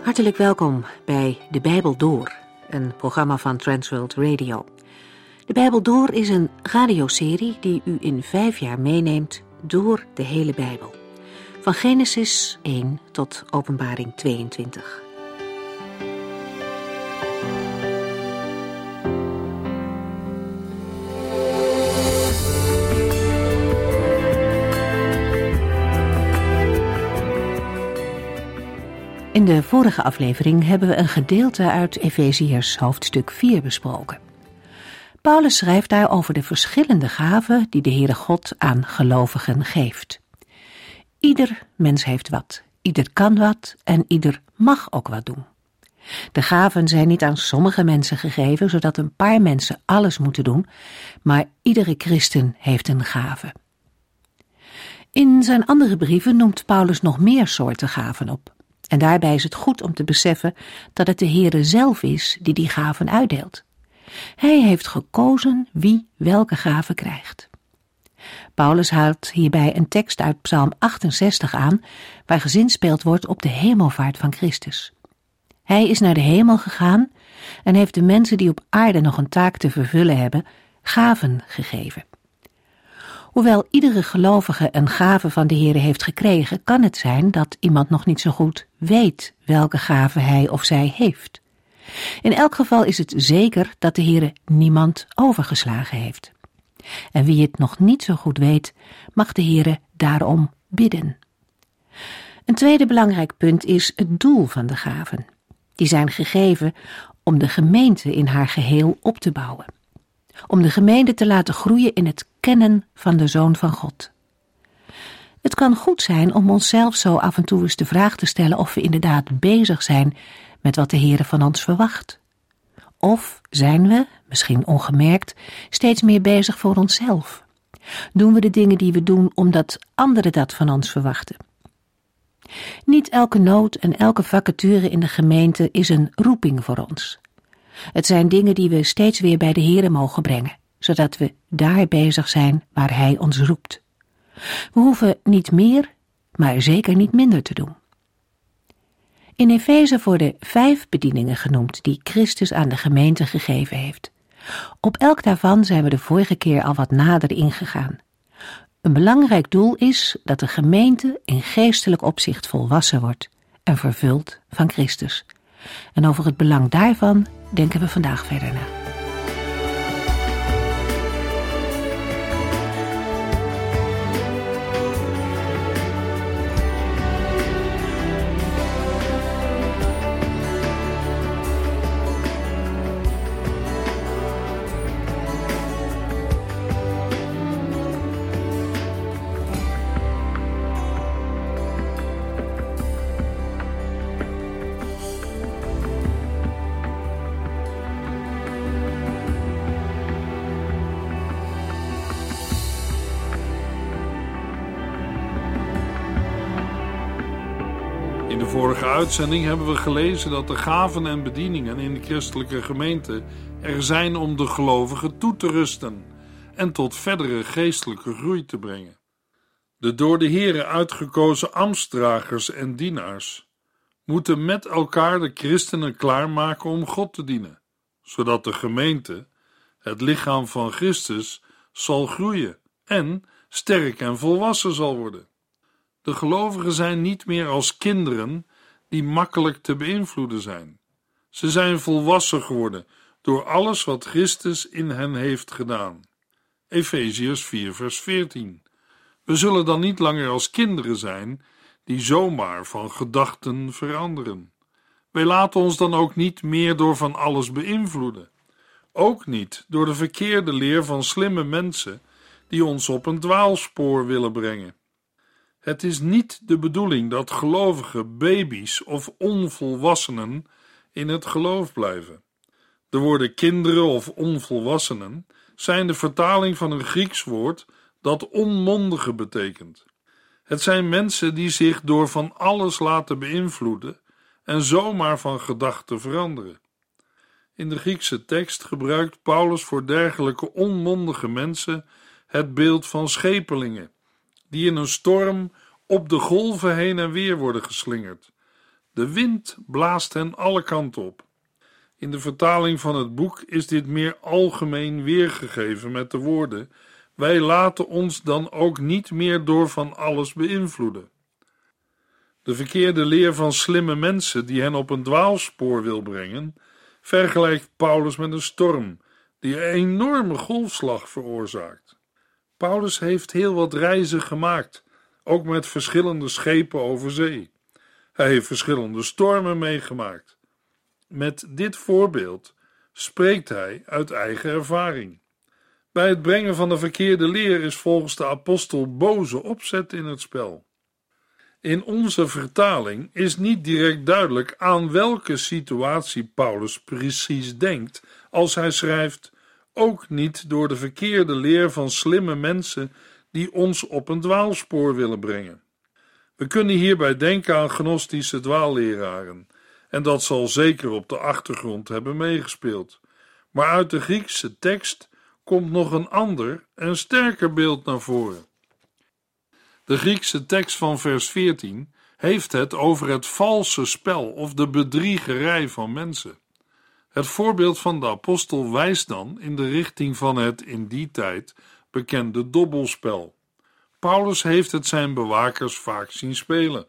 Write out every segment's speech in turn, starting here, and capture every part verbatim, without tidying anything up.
Hartelijk welkom bij De Bijbel Door, een programma van Transworld Radio. De Bijbel Door is een radioserie die u in vijf jaar meeneemt door de hele Bijbel. Van Genesis één tot Openbaring tweeëntwintig. In de vorige aflevering hebben we een gedeelte uit Efeziërs hoofdstuk vier besproken. Paulus schrijft daar over de verschillende gaven die de Heere God aan gelovigen geeft. Ieder mens heeft wat, ieder kan wat en ieder mag ook wat doen. De gaven zijn niet aan sommige mensen gegeven, zodat een paar mensen alles moeten doen, maar iedere christen heeft een gave. In zijn andere brieven noemt Paulus nog meer soorten gaven op. En daarbij is het goed om te beseffen dat het de Heere zelf is die die gaven uitdeelt. Hij heeft gekozen wie welke gave krijgt. Paulus haalt hierbij een tekst uit Psalm achtenzestig aan, waar gezinspeeld wordt op de hemelvaart van Christus. Hij is naar de hemel gegaan en heeft de mensen die op aarde nog een taak te vervullen hebben, gaven gegeven. Hoewel iedere gelovige een gave van de Heere heeft gekregen, kan het zijn dat iemand nog niet zo goed weet welke gave hij of zij heeft. In elk geval is het zeker dat de Heere niemand overgeslagen heeft. En wie het nog niet zo goed weet, mag de Heere daarom bidden. Een tweede belangrijk punt is het doel van de gaven. Die zijn gegeven om de gemeente in haar geheel op te bouwen. Om de gemeente te laten groeien in het kennen van de Zoon van God. Het kan goed zijn om onszelf zo af en toe eens de vraag te stellen of we inderdaad bezig zijn met wat de Heere van ons verwacht. Of zijn we, misschien ongemerkt, steeds meer bezig voor onszelf? Doen we de dingen die we doen omdat anderen dat van ons verwachten? Niet elke nood en elke vacature in de gemeente is een roeping voor ons. Het zijn dingen die we steeds weer bij de Heere mogen brengen, zodat we daar bezig zijn waar Hij ons roept. We hoeven niet meer, maar zeker niet minder te doen. In Efeze worden vijf bedieningen genoemd die Christus aan de gemeente gegeven heeft. Op elk daarvan zijn we de vorige keer al wat nader ingegaan. Een belangrijk doel is dat de gemeente in geestelijk opzicht volwassen wordt en vervuld van Christus. En over het belang daarvan denken we vandaag verder na. In de vorige uitzending hebben we gelezen dat de gaven en bedieningen in de christelijke gemeente er zijn om de gelovigen toe te rusten en tot verdere geestelijke groei te brengen. De door de Heere uitgekozen ambtsdragers en dienaars moeten met elkaar de christenen klaarmaken om God te dienen, zodat de gemeente, het lichaam van Christus, zal groeien en sterk en volwassen zal worden. De gelovigen zijn niet meer als kinderen die makkelijk te beïnvloeden zijn. Ze zijn volwassen geworden door alles wat Christus in hen heeft gedaan. Efeziërs vier vers veertien. We zullen dan niet langer als kinderen zijn die zomaar van gedachten veranderen. Wij laten ons dan ook niet meer door van alles beïnvloeden. Ook niet door de verkeerde leer van slimme mensen die ons op een dwaalspoor willen brengen. Het is niet de bedoeling dat gelovige baby's of onvolwassenen in het geloof blijven. De woorden kinderen of onvolwassenen zijn de vertaling van een Grieks woord dat onmondige betekent. Het zijn mensen die zich door van alles laten beïnvloeden en zomaar van gedachten veranderen. In de Griekse tekst gebruikt Paulus voor dergelijke onmondige mensen het beeld van schepelingen, die in een storm op de golven heen en weer worden geslingerd, De wind blaast hen alle kanten op. In de vertaling van het boek is dit meer algemeen weergegeven met de woorden: wij laten ons dan ook niet meer door van alles beïnvloeden. De verkeerde leer van slimme mensen die hen op een dwaalspoor wil brengen, vergelijkt Paulus met een storm die een enorme golfslag veroorzaakt. Paulus heeft heel wat reizen gemaakt, ook met verschillende schepen over zee. Hij heeft verschillende stormen meegemaakt. Met dit voorbeeld spreekt hij uit eigen ervaring. Bij het brengen van de verkeerde leer is volgens de apostel boze opzet in het spel. In onze vertaling is niet direct duidelijk aan welke situatie Paulus precies denkt als hij schrijft: ook niet door de verkeerde leer van slimme mensen die ons op een dwaalspoor willen brengen. We kunnen hierbij denken aan gnostische dwaalleraren, en dat zal zeker op de achtergrond hebben meegespeeld. Maar uit de Griekse tekst komt nog een ander en sterker beeld naar voren. De Griekse tekst van vers veertien heeft het over het valse spel of de bedriegerij van mensen. Het voorbeeld van de apostel wijst dan in de richting van het in die tijd bekende dobbelspel. Paulus heeft het zijn bewakers vaak zien spelen.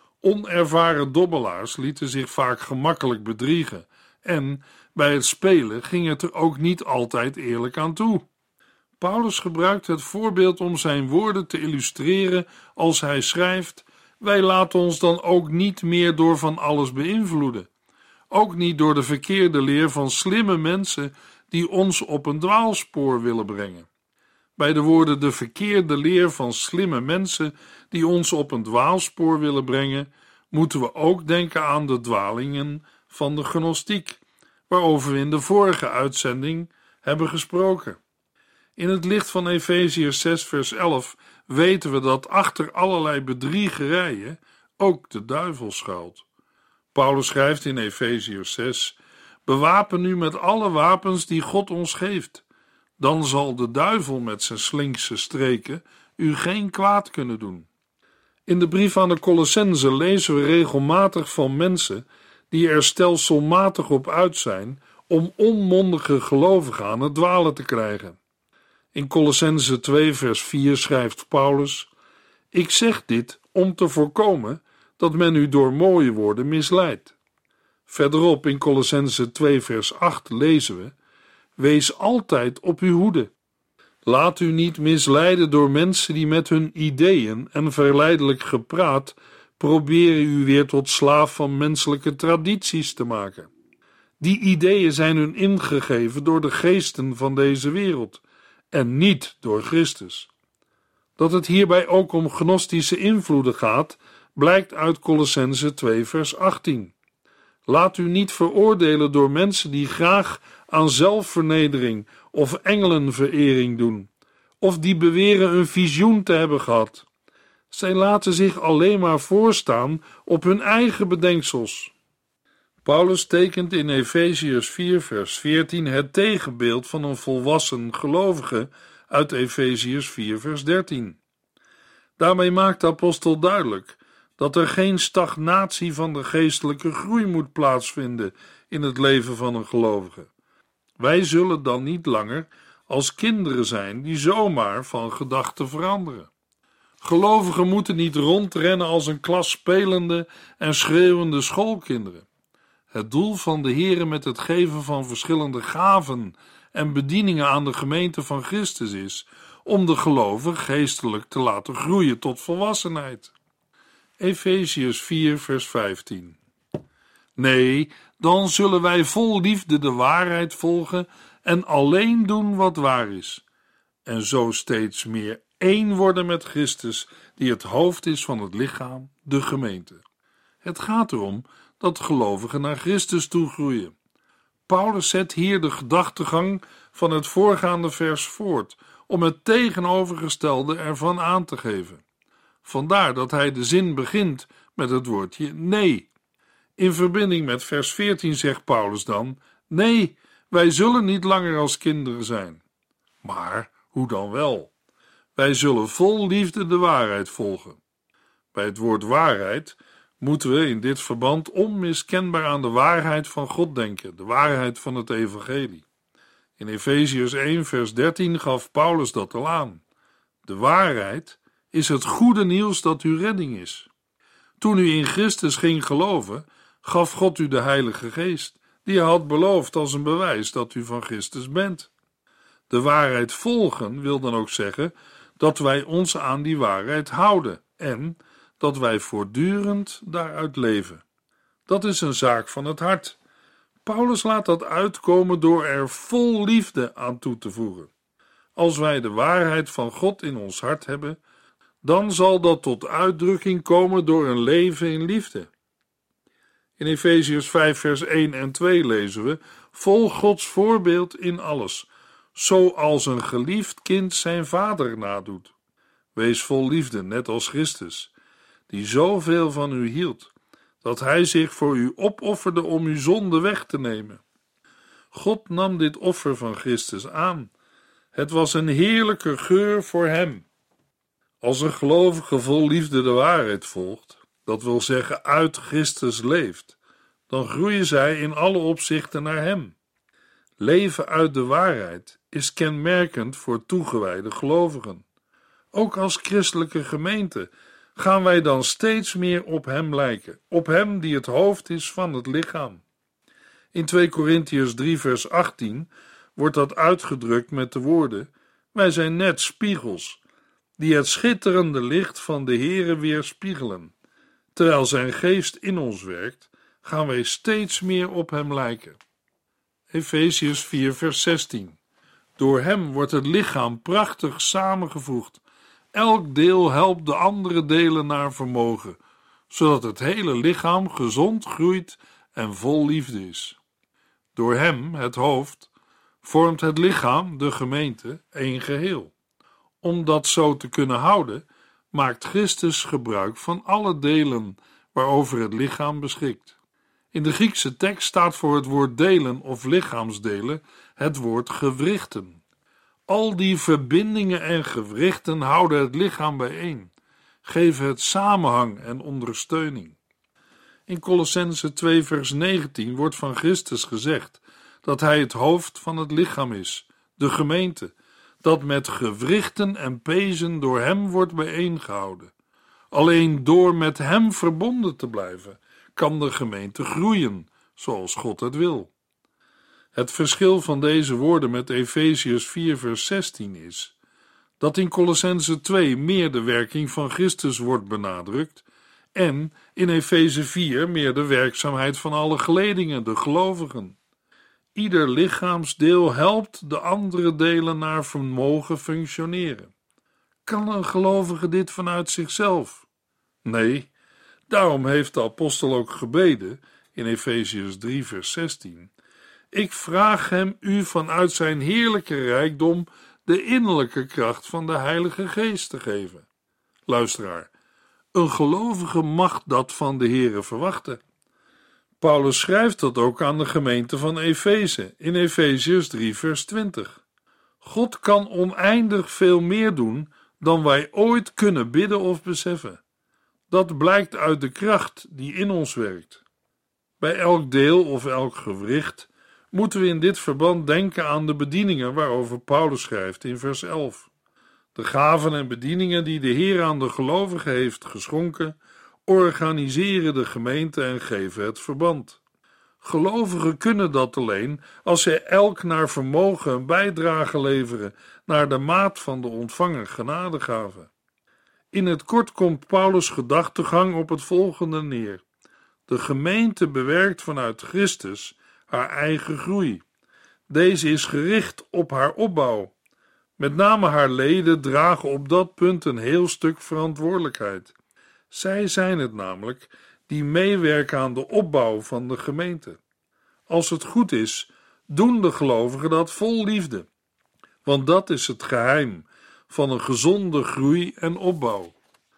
Onervaren dobbelaars lieten zich vaak gemakkelijk bedriegen en bij het spelen ging het er ook niet altijd eerlijk aan toe. Paulus gebruikt het voorbeeld om zijn woorden te illustreren als hij schrijft: wij laten ons dan ook niet meer door van alles beïnvloeden. Ook niet door de verkeerde leer van slimme mensen die ons op een dwaalspoor willen brengen. Bij de woorden de verkeerde leer van slimme mensen die ons op een dwaalspoor willen brengen, moeten we ook denken aan de dwalingen van de gnostiek, waarover we in de vorige uitzending hebben gesproken. In het licht van Efeziërs zes vers elf weten we dat achter allerlei bedriegerijen ook de duivel schuilt. Paulus schrijft in Efeziërs zes: bewapen u met alle wapens die God ons geeft. Dan zal de duivel met zijn slinkse streken u geen kwaad kunnen doen. In de brief aan de Colossenzen lezen we regelmatig van mensen die er stelselmatig op uit zijn om onmondige gelovigen aan het dwalen te krijgen. In Colossenzen twee vers vier schrijft Paulus: ik zeg dit om te voorkomen dat men u door mooie woorden misleidt. Verderop in Colossenzen twee vers acht lezen we: wees altijd op uw hoede. Laat u niet misleiden door mensen die met hun ideeën en verleidelijk gepraat proberen u weer tot slaaf van menselijke tradities te maken. Die ideeën zijn hun ingegeven door de geesten van deze wereld en niet door Christus. Dat het hierbij ook om gnostische invloeden gaat, blijkt uit Colossenzen twee vers achttien. Laat u niet veroordelen door mensen die graag aan zelfvernedering of engelenverering doen, of die beweren een visioen te hebben gehad. Zij laten zich alleen maar voorstaan op hun eigen bedenksels. Paulus tekent in Efeziërs vier vers veertien het tegenbeeld van een volwassen gelovige uit Efeziërs vier vers dertien. Daarmee maakt de apostel duidelijk dat er geen stagnatie van de geestelijke groei moet plaatsvinden in het leven van een gelovige. Wij zullen dan niet langer als kinderen zijn die zomaar van gedachten veranderen. Gelovigen moeten niet rondrennen als een klas spelende en schreeuwende schoolkinderen. Het doel van de Here met het geven van verschillende gaven en bedieningen aan de gemeente van Christus is om de gelovige geestelijk te laten groeien tot volwassenheid. Efeziërs vier vers vijftien. Nee, dan zullen wij vol liefde de waarheid volgen en alleen doen wat waar is. En zo steeds meer één worden met Christus, die het hoofd is van het lichaam, de gemeente. Het gaat erom dat gelovigen naar Christus toe groeien. Paulus zet hier de gedachtegang van het voorgaande vers voort, om het tegenovergestelde ervan aan te geven. Vandaar dat hij de zin begint met het woordje nee. In verbinding met vers veertien zegt Paulus dan: nee, wij zullen niet langer als kinderen zijn. Maar hoe dan wel? Wij zullen vol liefde de waarheid volgen. Bij het woord waarheid moeten we in dit verband onmiskenbaar aan de waarheid van God denken, de waarheid van het evangelie. In Efeziërs één vers dertien gaf Paulus dat al aan. De waarheid is het goede nieuws dat uw redding is. Toen u in Christus ging geloven, gaf God u de Heilige Geest, die hij had beloofd als een bewijs dat u van Christus bent. De waarheid volgen wil dan ook zeggen dat wij ons aan die waarheid houden en dat wij voortdurend daaruit leven. Dat is een zaak van het hart. Paulus laat dat uitkomen door er vol liefde aan toe te voegen. Als wij de waarheid van God in ons hart hebben, dan zal dat tot uitdrukking komen door een leven in liefde. In Efeziërs vijf vers één en twee lezen we: volg Gods voorbeeld in alles, zoals een geliefd kind zijn vader nadoet. Wees vol liefde, net als Christus, die zoveel van u hield, dat hij zich voor u opofferde om uw zonde weg te nemen. God nam dit offer van Christus aan. Het was een heerlijke geur voor hem. Als een gelovige vol liefde de waarheid volgt, dat wil zeggen uit Christus leeft, dan groeien zij in alle opzichten naar hem. Leven uit de waarheid is kenmerkend voor toegewijde gelovigen. Ook als christelijke gemeente gaan wij dan steeds meer op hem lijken, op hem die het hoofd is van het lichaam. In twee Korintiërs drie vers achttien wordt dat uitgedrukt met de woorden: wij zijn net spiegels, die het schitterende licht van de Here weerspiegelen. Terwijl zijn geest in ons werkt, gaan wij steeds meer op hem lijken. Efeziërs vier vers zestien. Door hem wordt het lichaam prachtig samengevoegd. Elk deel helpt de andere delen naar vermogen, zodat het hele lichaam gezond groeit en vol liefde is. Door hem, het hoofd, vormt het lichaam, de gemeente, één geheel. Om dat zo te kunnen houden, maakt Christus gebruik van alle delen waarover het lichaam beschikt. In de Griekse tekst staat voor het woord delen of lichaamsdelen het woord gewrichten. Al die verbindingen en gewrichten houden het lichaam bijeen, geven het samenhang en ondersteuning. In Kolossenzen twee vers negentien wordt van Christus gezegd dat hij het hoofd van het lichaam is, de gemeente, dat met gewrichten en pezen door hem wordt bijeengehouden. Alleen door met hem verbonden te blijven, kan de gemeente groeien, zoals God het wil. Het verschil van deze woorden met Efeziërs vier vers zestien is dat in Kolossenzen twee meer de werking van Christus wordt benadrukt en in Efeze vier meer de werkzaamheid van alle geledingen, de gelovigen. Ieder lichaamsdeel helpt de andere delen naar vermogen functioneren. Kan een gelovige dit vanuit zichzelf? Nee, daarom heeft de apostel ook gebeden in Efeziërs drie vers zestien. Ik vraag hem u vanuit zijn heerlijke rijkdom de innerlijke kracht van de Heilige Geest te geven. Luisteraar, een gelovige mag dat van de Here verwachten. Paulus schrijft dat ook aan de gemeente van Efeze in Efeziërs drie vers twintig. God kan oneindig veel meer doen dan wij ooit kunnen bidden of beseffen. Dat blijkt uit de kracht die in ons werkt. Bij elk deel of elk gewricht moeten we in dit verband denken aan de bedieningen waarover Paulus schrijft in vers elf. De gaven en bedieningen die de Heer aan de gelovigen heeft geschonken, organiseren de gemeente en geven het verband. Gelovigen kunnen dat alleen als zij elk naar vermogen een bijdrage leveren naar de maat van de ontvangen genadegaven. In het kort komt Paulus' gedachtegang op het volgende neer. De gemeente bewerkt vanuit Christus haar eigen groei. Deze is gericht op haar opbouw. Met name haar leden dragen op dat punt een heel stuk verantwoordelijkheid. Zij zijn het namelijk die meewerken aan de opbouw van de gemeente. Als het goed is, doen de gelovigen dat vol liefde. Want dat is het geheim van een gezonde groei en opbouw.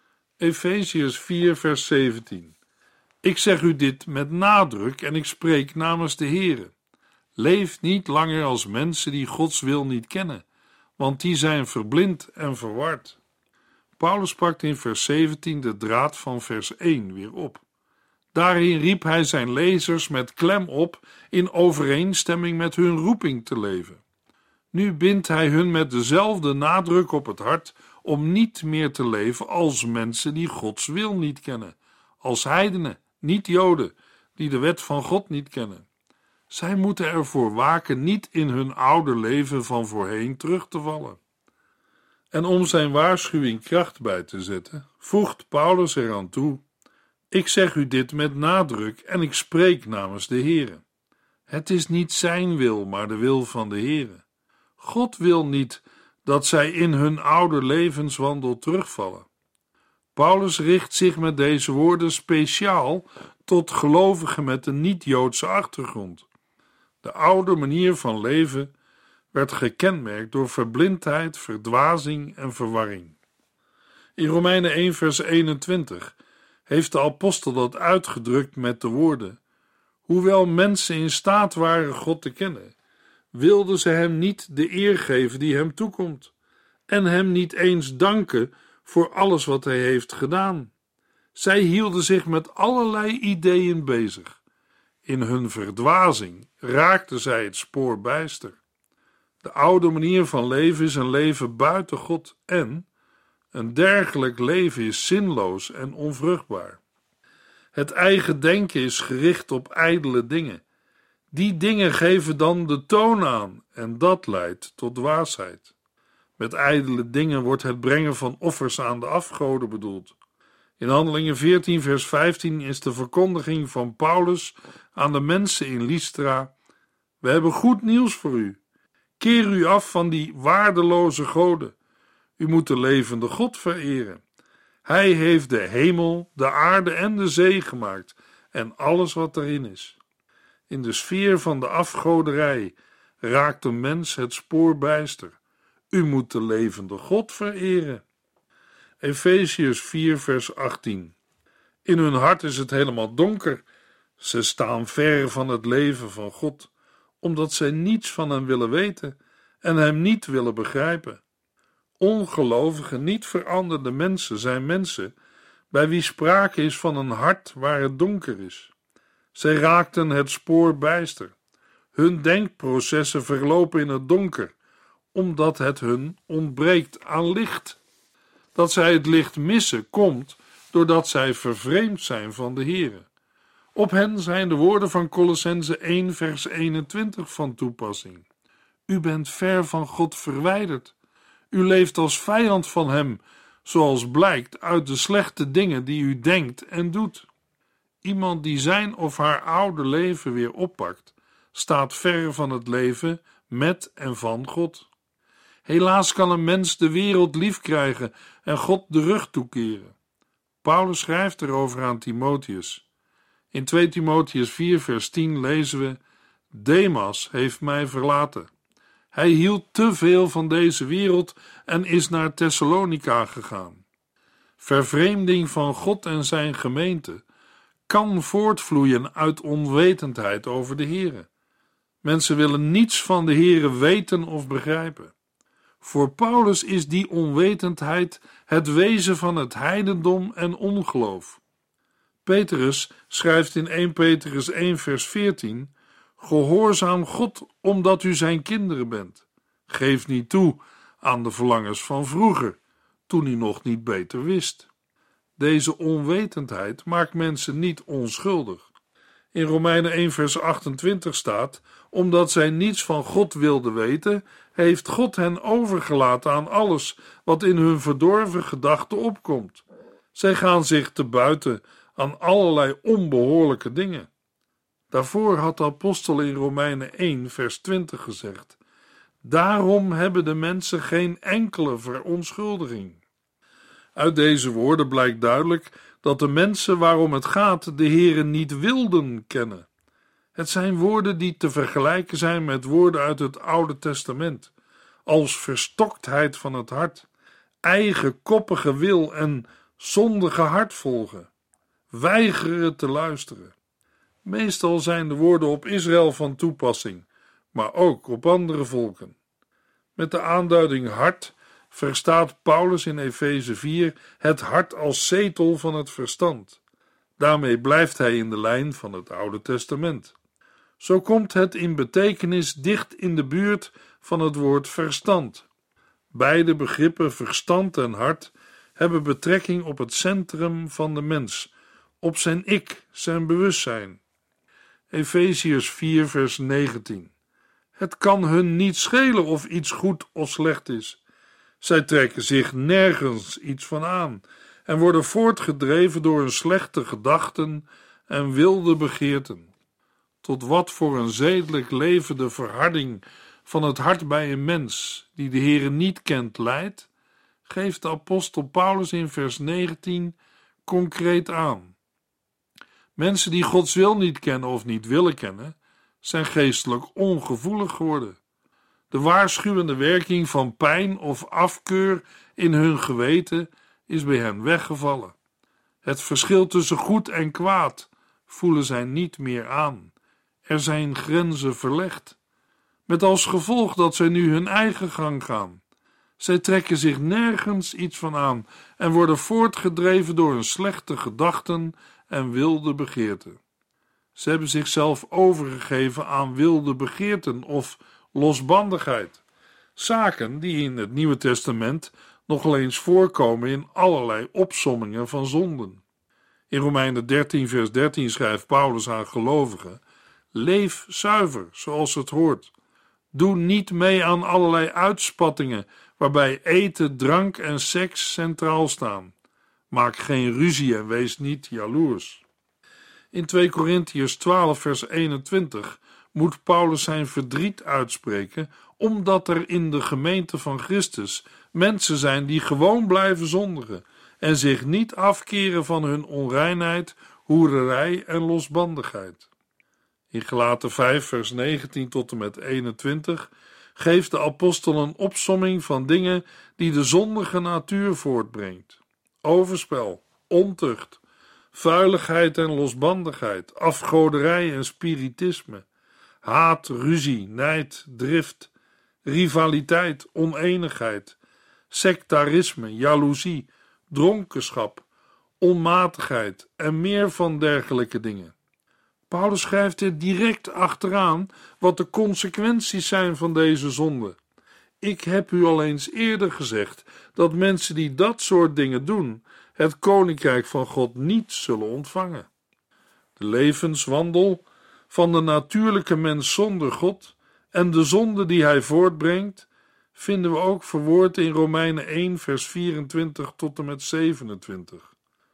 Efeziërs vier vers zeventien. Ik zeg u dit met nadruk en ik spreek namens de Here. Leef niet langer als mensen die Gods wil niet kennen, want die zijn verblind en verward. Paulus pakt in vers zeventien de draad van vers één weer op. Daarin riep hij zijn lezers met klem op in overeenstemming met hun roeping te leven. Nu bindt hij hun met dezelfde nadruk op het hart om niet meer te leven als mensen die Gods wil niet kennen, als heidenen, niet Joden, die de wet van God niet kennen. Zij moeten ervoor waken niet in hun oude leven van voorheen terug te vallen. En om zijn waarschuwing kracht bij te zetten, voegt Paulus eraan toe: ik zeg u dit met nadruk en ik spreek namens de Heere. Het is niet zijn wil, maar de wil van de Heere. God wil niet dat zij in hun oude levenswandel terugvallen. Paulus richt zich met deze woorden speciaal tot gelovigen met een niet-Joodse achtergrond. De oude manier van leven werd gekenmerkt door verblindheid, verdwazing en verwarring. In Romeinen één vers eenentwintig heeft de apostel dat uitgedrukt met de woorden: hoewel mensen in staat waren God te kennen, wilden ze hem niet de eer geven die hem toekomt en hem niet eens danken voor alles wat hij heeft gedaan. Zij hielden zich met allerlei ideeën bezig. In hun verdwazing raakten zij het spoor bijster. De oude manier van leven is een leven buiten God en een dergelijk leven is zinloos en onvruchtbaar. Het eigen denken is gericht op ijdele dingen. Die dingen geven dan de toon aan en dat leidt tot dwaasheid. Met ijdele dingen wordt het brengen van offers aan de afgoden bedoeld. In Handelingen veertien vers vijftien is de verkondiging van Paulus aan de mensen in Lystra: we hebben goed nieuws voor u. Keer u af van die waardeloze goden. U moet de levende God vereren. Hij heeft de hemel, de aarde en de zee gemaakt en alles wat erin is. In de sfeer van de afgoderij raakt de mens het spoor bijster. U moet de levende God vereren. Efeziërs vier vers achttien. In hun hart is het helemaal donker. Ze staan ver van het leven van God, omdat zij niets van hem willen weten en hem niet willen begrijpen. Ongelovige, niet veranderde mensen zijn mensen bij wie sprake is van een hart waar het donker is. Zij raakten het spoor bijster. Hun denkprocessen verlopen in het donker, omdat het hun ontbreekt aan licht. Dat zij het licht missen komt doordat zij vervreemd zijn van de Heere. Op hen zijn de woorden van Kolossenzen één vers eenentwintig van toepassing. U bent ver van God verwijderd. U leeft als vijand van hem, zoals blijkt uit de slechte dingen die u denkt en doet. Iemand die zijn of haar oude leven weer oppakt, staat ver van het leven met en van God. Helaas kan een mens de wereld lief krijgen en God de rug toekeren. Paulus schrijft erover aan Timotheus. In twee Timotheus vier vers tien lezen we: Demas heeft mij verlaten. Hij hield te veel van deze wereld en is naar Thessalonica gegaan. Vervreemding van God en zijn gemeente kan voortvloeien uit onwetendheid over de Here. Mensen willen niets van de Here weten of begrijpen. Voor Paulus is die onwetendheid het wezen van het heidendom en ongeloof. Petrus schrijft in eerste Petrus één vers veertien: Gehoorzaam God, omdat u zijn kinderen bent. Geef niet toe aan de verlangens van vroeger, toen u nog niet beter wist. Deze onwetendheid maakt mensen niet onschuldig. In Romeinen één vers achtentwintig staat: Omdat zij niets van God wilden weten, heeft God hen overgelaten aan alles wat in hun verdorven gedachten opkomt. Zij gaan zich te buiten aan allerlei onbehoorlijke dingen. Daarvoor had de apostel in Romeinen één vers twintig gezegd: Daarom hebben de mensen geen enkele verontschuldiging. Uit deze woorden blijkt duidelijk dat de mensen waarom het gaat de Here niet wilden kennen. Het zijn woorden die te vergelijken zijn met woorden uit het Oude Testament, als verstoktheid van het hart, eigen koppige wil en zondige hartvolgen, weigeren te luisteren. Meestal zijn de woorden op Israël van toepassing, maar ook op andere volken. Met de aanduiding hart verstaat Paulus in Efeze vier het hart als zetel van het verstand. Daarmee blijft hij in de lijn van het Oude Testament. Zo komt het in betekenis dicht in de buurt van het woord verstand. Beide begrippen verstand en hart hebben betrekking op het centrum van de mens, op zijn ik, zijn bewustzijn. Efeziërs vier vers negentien. Het kan hun niet schelen of iets goed of slecht is. Zij trekken zich nergens iets van aan en worden voortgedreven door hun slechte gedachten en wilde begeerten. Tot wat voor een zedelijk leven de verharding van het hart bij een mens die de Heere niet kent leidt, geeft de apostel Paulus in vers negentien concreet aan. Mensen die Gods wil niet kennen of niet willen kennen, zijn geestelijk ongevoelig geworden. De waarschuwende werking van pijn of afkeur in hun geweten is bij hen weggevallen. Het verschil tussen goed en kwaad voelen zij niet meer aan. Er zijn grenzen verlegd, met als gevolg dat zij nu hun eigen gang gaan. Zij trekken zich nergens iets van aan en worden voortgedreven door hun slechte gedachten en wilde begeerten. Ze hebben zichzelf overgegeven aan wilde begeerten of losbandigheid, zaken die in het Nieuwe Testament nogal eens voorkomen in allerlei opsommingen van zonden. In Romeinen dertien vers dertien schrijft Paulus aan gelovigen: leef zuiver, zoals het hoort. Doe niet mee aan allerlei uitspattingen waarbij eten, drank en seks centraal staan. Maak geen ruzie en wees niet jaloers. In twee Korintiërs twaalf vers eenentwintig moet Paulus zijn verdriet uitspreken, omdat er in de gemeente van Christus mensen zijn die gewoon blijven zondigen en zich niet afkeren van hun onreinheid, hoererij en losbandigheid. In Galaten vijf vers negentien tot en met eenentwintig geeft de apostel een opsomming van dingen die de zondige natuur voortbrengt: overspel, ontucht, vuiligheid en losbandigheid, afgoderij en spiritisme, haat, ruzie, nijd, drift, rivaliteit, oneenigheid, sectarisme, jaloezie, dronkenschap, onmatigheid en meer van dergelijke dingen. Paulus schrijft er direct achteraan wat de consequenties zijn van deze zonde. Ik heb u al eens eerder gezegd dat mensen die dat soort dingen doen, het koninkrijk van God niet zullen ontvangen. De levenswandel van de natuurlijke mens zonder God en de zonde die hij voortbrengt, vinden we ook verwoord in Romeinen één vers vierentwintig tot en met zevenentwintig.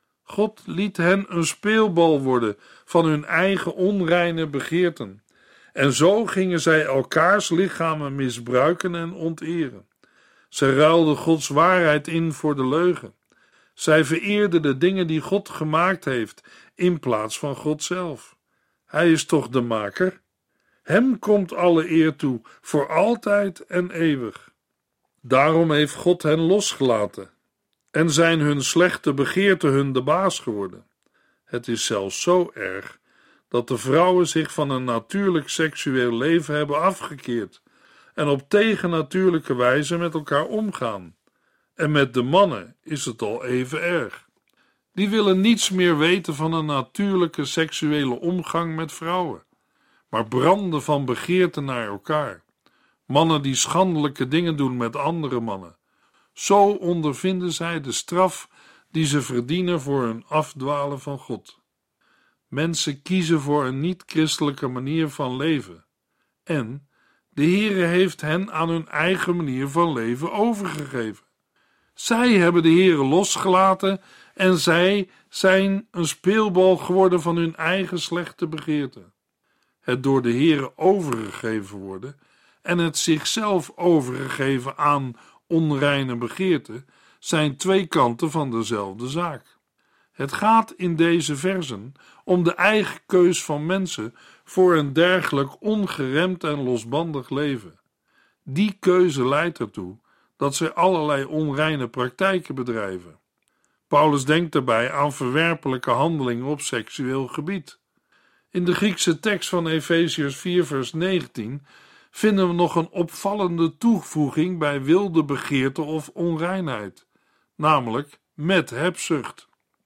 God liet hen een speelbal worden van hun eigen onreine begeerten, en zo gingen zij elkaars lichamen misbruiken en onteren. Zij ruilden Gods waarheid in voor de leugen. Zij vereerden de dingen die God gemaakt heeft in plaats van God zelf. Hij is toch de maker? Hem komt alle eer toe, voor altijd en eeuwig. Daarom heeft God hen losgelaten en zijn hun slechte begeerten hun de baas geworden. Het is zelfs zo erg dat de vrouwen zich van een natuurlijk seksueel leven hebben afgekeerd en op tegennatuurlijke wijze met elkaar omgaan. En met de mannen is het al even erg. Die willen niets meer weten van een natuurlijke seksuele omgang met vrouwen, maar branden van begeerte naar elkaar. Mannen die schandelijke dingen doen met andere mannen. Zo ondervinden zij de straf die ze verdienen voor hun afdwalen van God. Mensen kiezen voor een niet-christelijke manier van leven. En de Heere heeft hen aan hun eigen manier van leven overgegeven. Zij hebben de Heere losgelaten en zij zijn een speelbal geworden van hun eigen slechte begeerten. Het door de Heere overgegeven worden en het zichzelf overgegeven aan onreine begeerten zijn twee kanten van dezelfde zaak. Het gaat in deze versen om de eigen keus van mensen voor een dergelijk ongeremd en losbandig leven. Die keuze leidt ertoe dat zij allerlei onreine praktijken bedrijven. Paulus denkt daarbij aan verwerpelijke handelingen op seksueel gebied. In de Griekse tekst van Efeziërs vier vers negentien vinden we nog een opvallende toevoeging bij wilde begeerte of onreinheid, namelijk met hebzucht.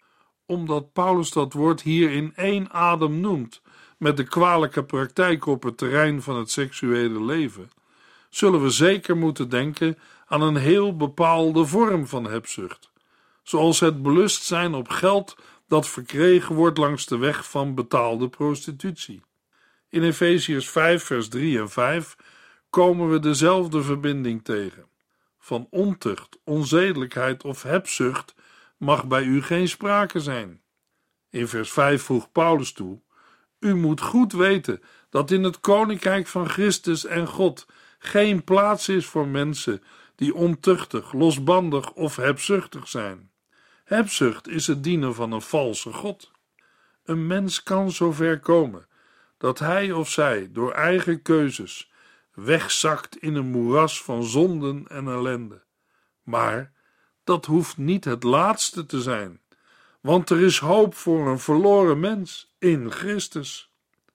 omdat Paulus dat woord hier in één adem noemt, met de kwalijke praktijk op het terrein van het seksuele leven, zullen we zeker moeten denken aan een heel bepaalde vorm van hebzucht, zoals het belust zijn op geld dat verkregen wordt langs de weg van betaalde prostitutie. In Efeziërs vijf vers drie en vijf komen we dezelfde verbinding tegen. Van ontucht, onzedelijkheid of hebzucht mag bij u geen sprake zijn. In vers vijf voegt Paulus toe: u moet goed weten dat in het koninkrijk van Christus en God geen plaats is voor mensen die ontuchtig, losbandig of hebzuchtig zijn. Hebzucht is het dienen van een valse god. Een mens kan zover komen dat hij of zij door eigen keuzes wegzakt in een moeras van zonden en ellende. Maar dat hoeft niet het laatste te zijn, want er is hoop voor een verloren mens in Christus.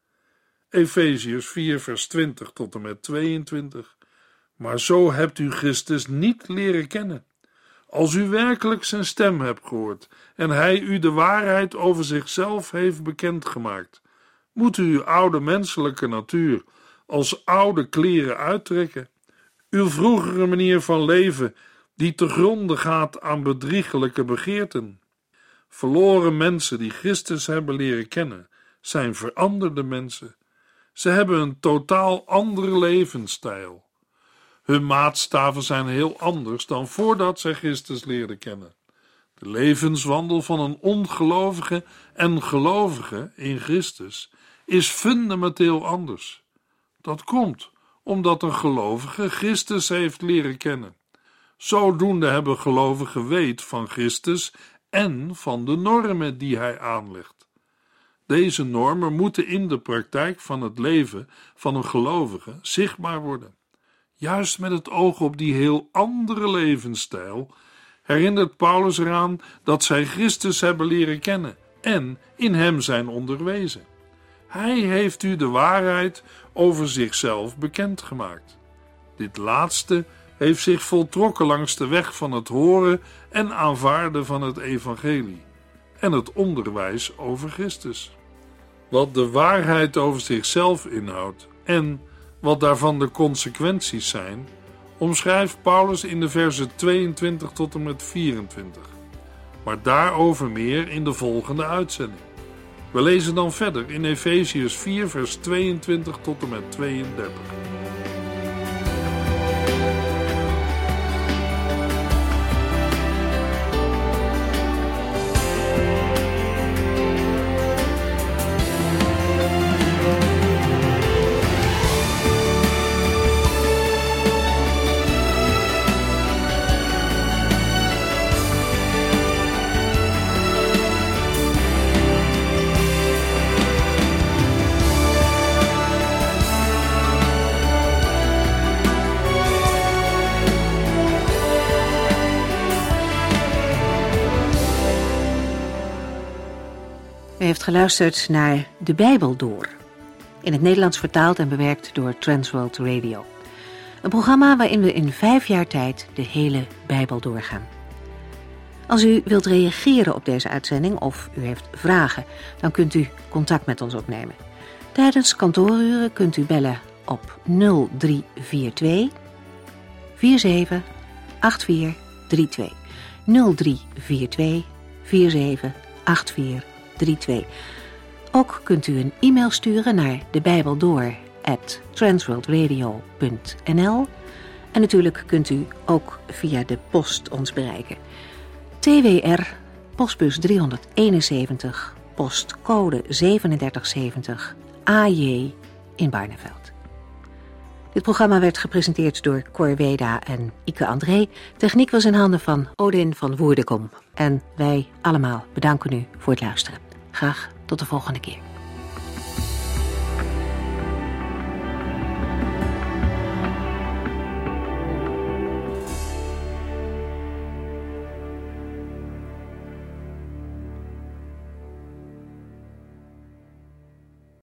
Efeziërs vier vers twintig tot en met tweeëntwintig. Maar zo hebt u Christus niet leren kennen. Als u werkelijk zijn stem hebt gehoord en hij u de waarheid over zichzelf heeft bekendgemaakt, moet u uw oude menselijke natuur als oude kleren uittrekken. Uw vroegere manier van leven die te gronde gaat aan bedriegelijke begeerten. Verloren mensen die Christus hebben leren kennen, zijn veranderde mensen. Ze hebben een totaal andere levensstijl. Hun maatstaven zijn heel anders dan voordat zij Christus leerden kennen. De levenswandel van een ongelovige en gelovige in Christus is fundamenteel anders. Dat komt omdat een gelovige Christus heeft leren kennen. Zodoende hebben gelovigen weet van Christus en van de normen die hij aanlegt. Deze normen moeten in de praktijk van het leven van een gelovige zichtbaar worden. Juist met het oog op die heel andere levensstijl herinnert Paulus eraan dat zij Christus hebben leren kennen en in hem zijn onderwezen. Hij heeft u de waarheid over zichzelf bekendgemaakt. Dit laatste heeft zich voltrokken langs de weg van het horen en aanvaarden van het evangelie en het onderwijs over Christus. Wat de waarheid over zichzelf inhoudt en wat daarvan de consequenties zijn, omschrijft Paulus in de versen tweeëntwintig tot en met vierentwintig. Maar daarover meer in de volgende uitzending. We lezen dan verder in Efeziërs vier vers tweeëntwintig tot en met tweeëndertig. U heeft geluisterd naar De Bijbel Door, in het Nederlands vertaald en bewerkt door Transworld Radio. Een programma waarin we in vijf jaar tijd de hele Bijbel doorgaan. Als u wilt reageren op deze uitzending of u heeft vragen, dan kunt u contact met ons opnemen. Tijdens kantooruren kunt u bellen op nul drie vier twee vier zeven acht vier drie twee. nul drie vier twee vier zeven acht vier drie twee. Ook kunt u een e-mail sturen naar debijbeldoor at transworldradio punt n l en natuurlijk kunt u ook via de post ons bereiken. T W R, postbus driehonderdeenenzeventig, postcode zevenendertig zeventig, A J in Barneveld. Dit programma werd gepresenteerd door Cor Weda en Ike André. Techniek was in handen van Odin van Woerdekom. En wij allemaal bedanken u voor het luisteren. Graag tot de volgende keer.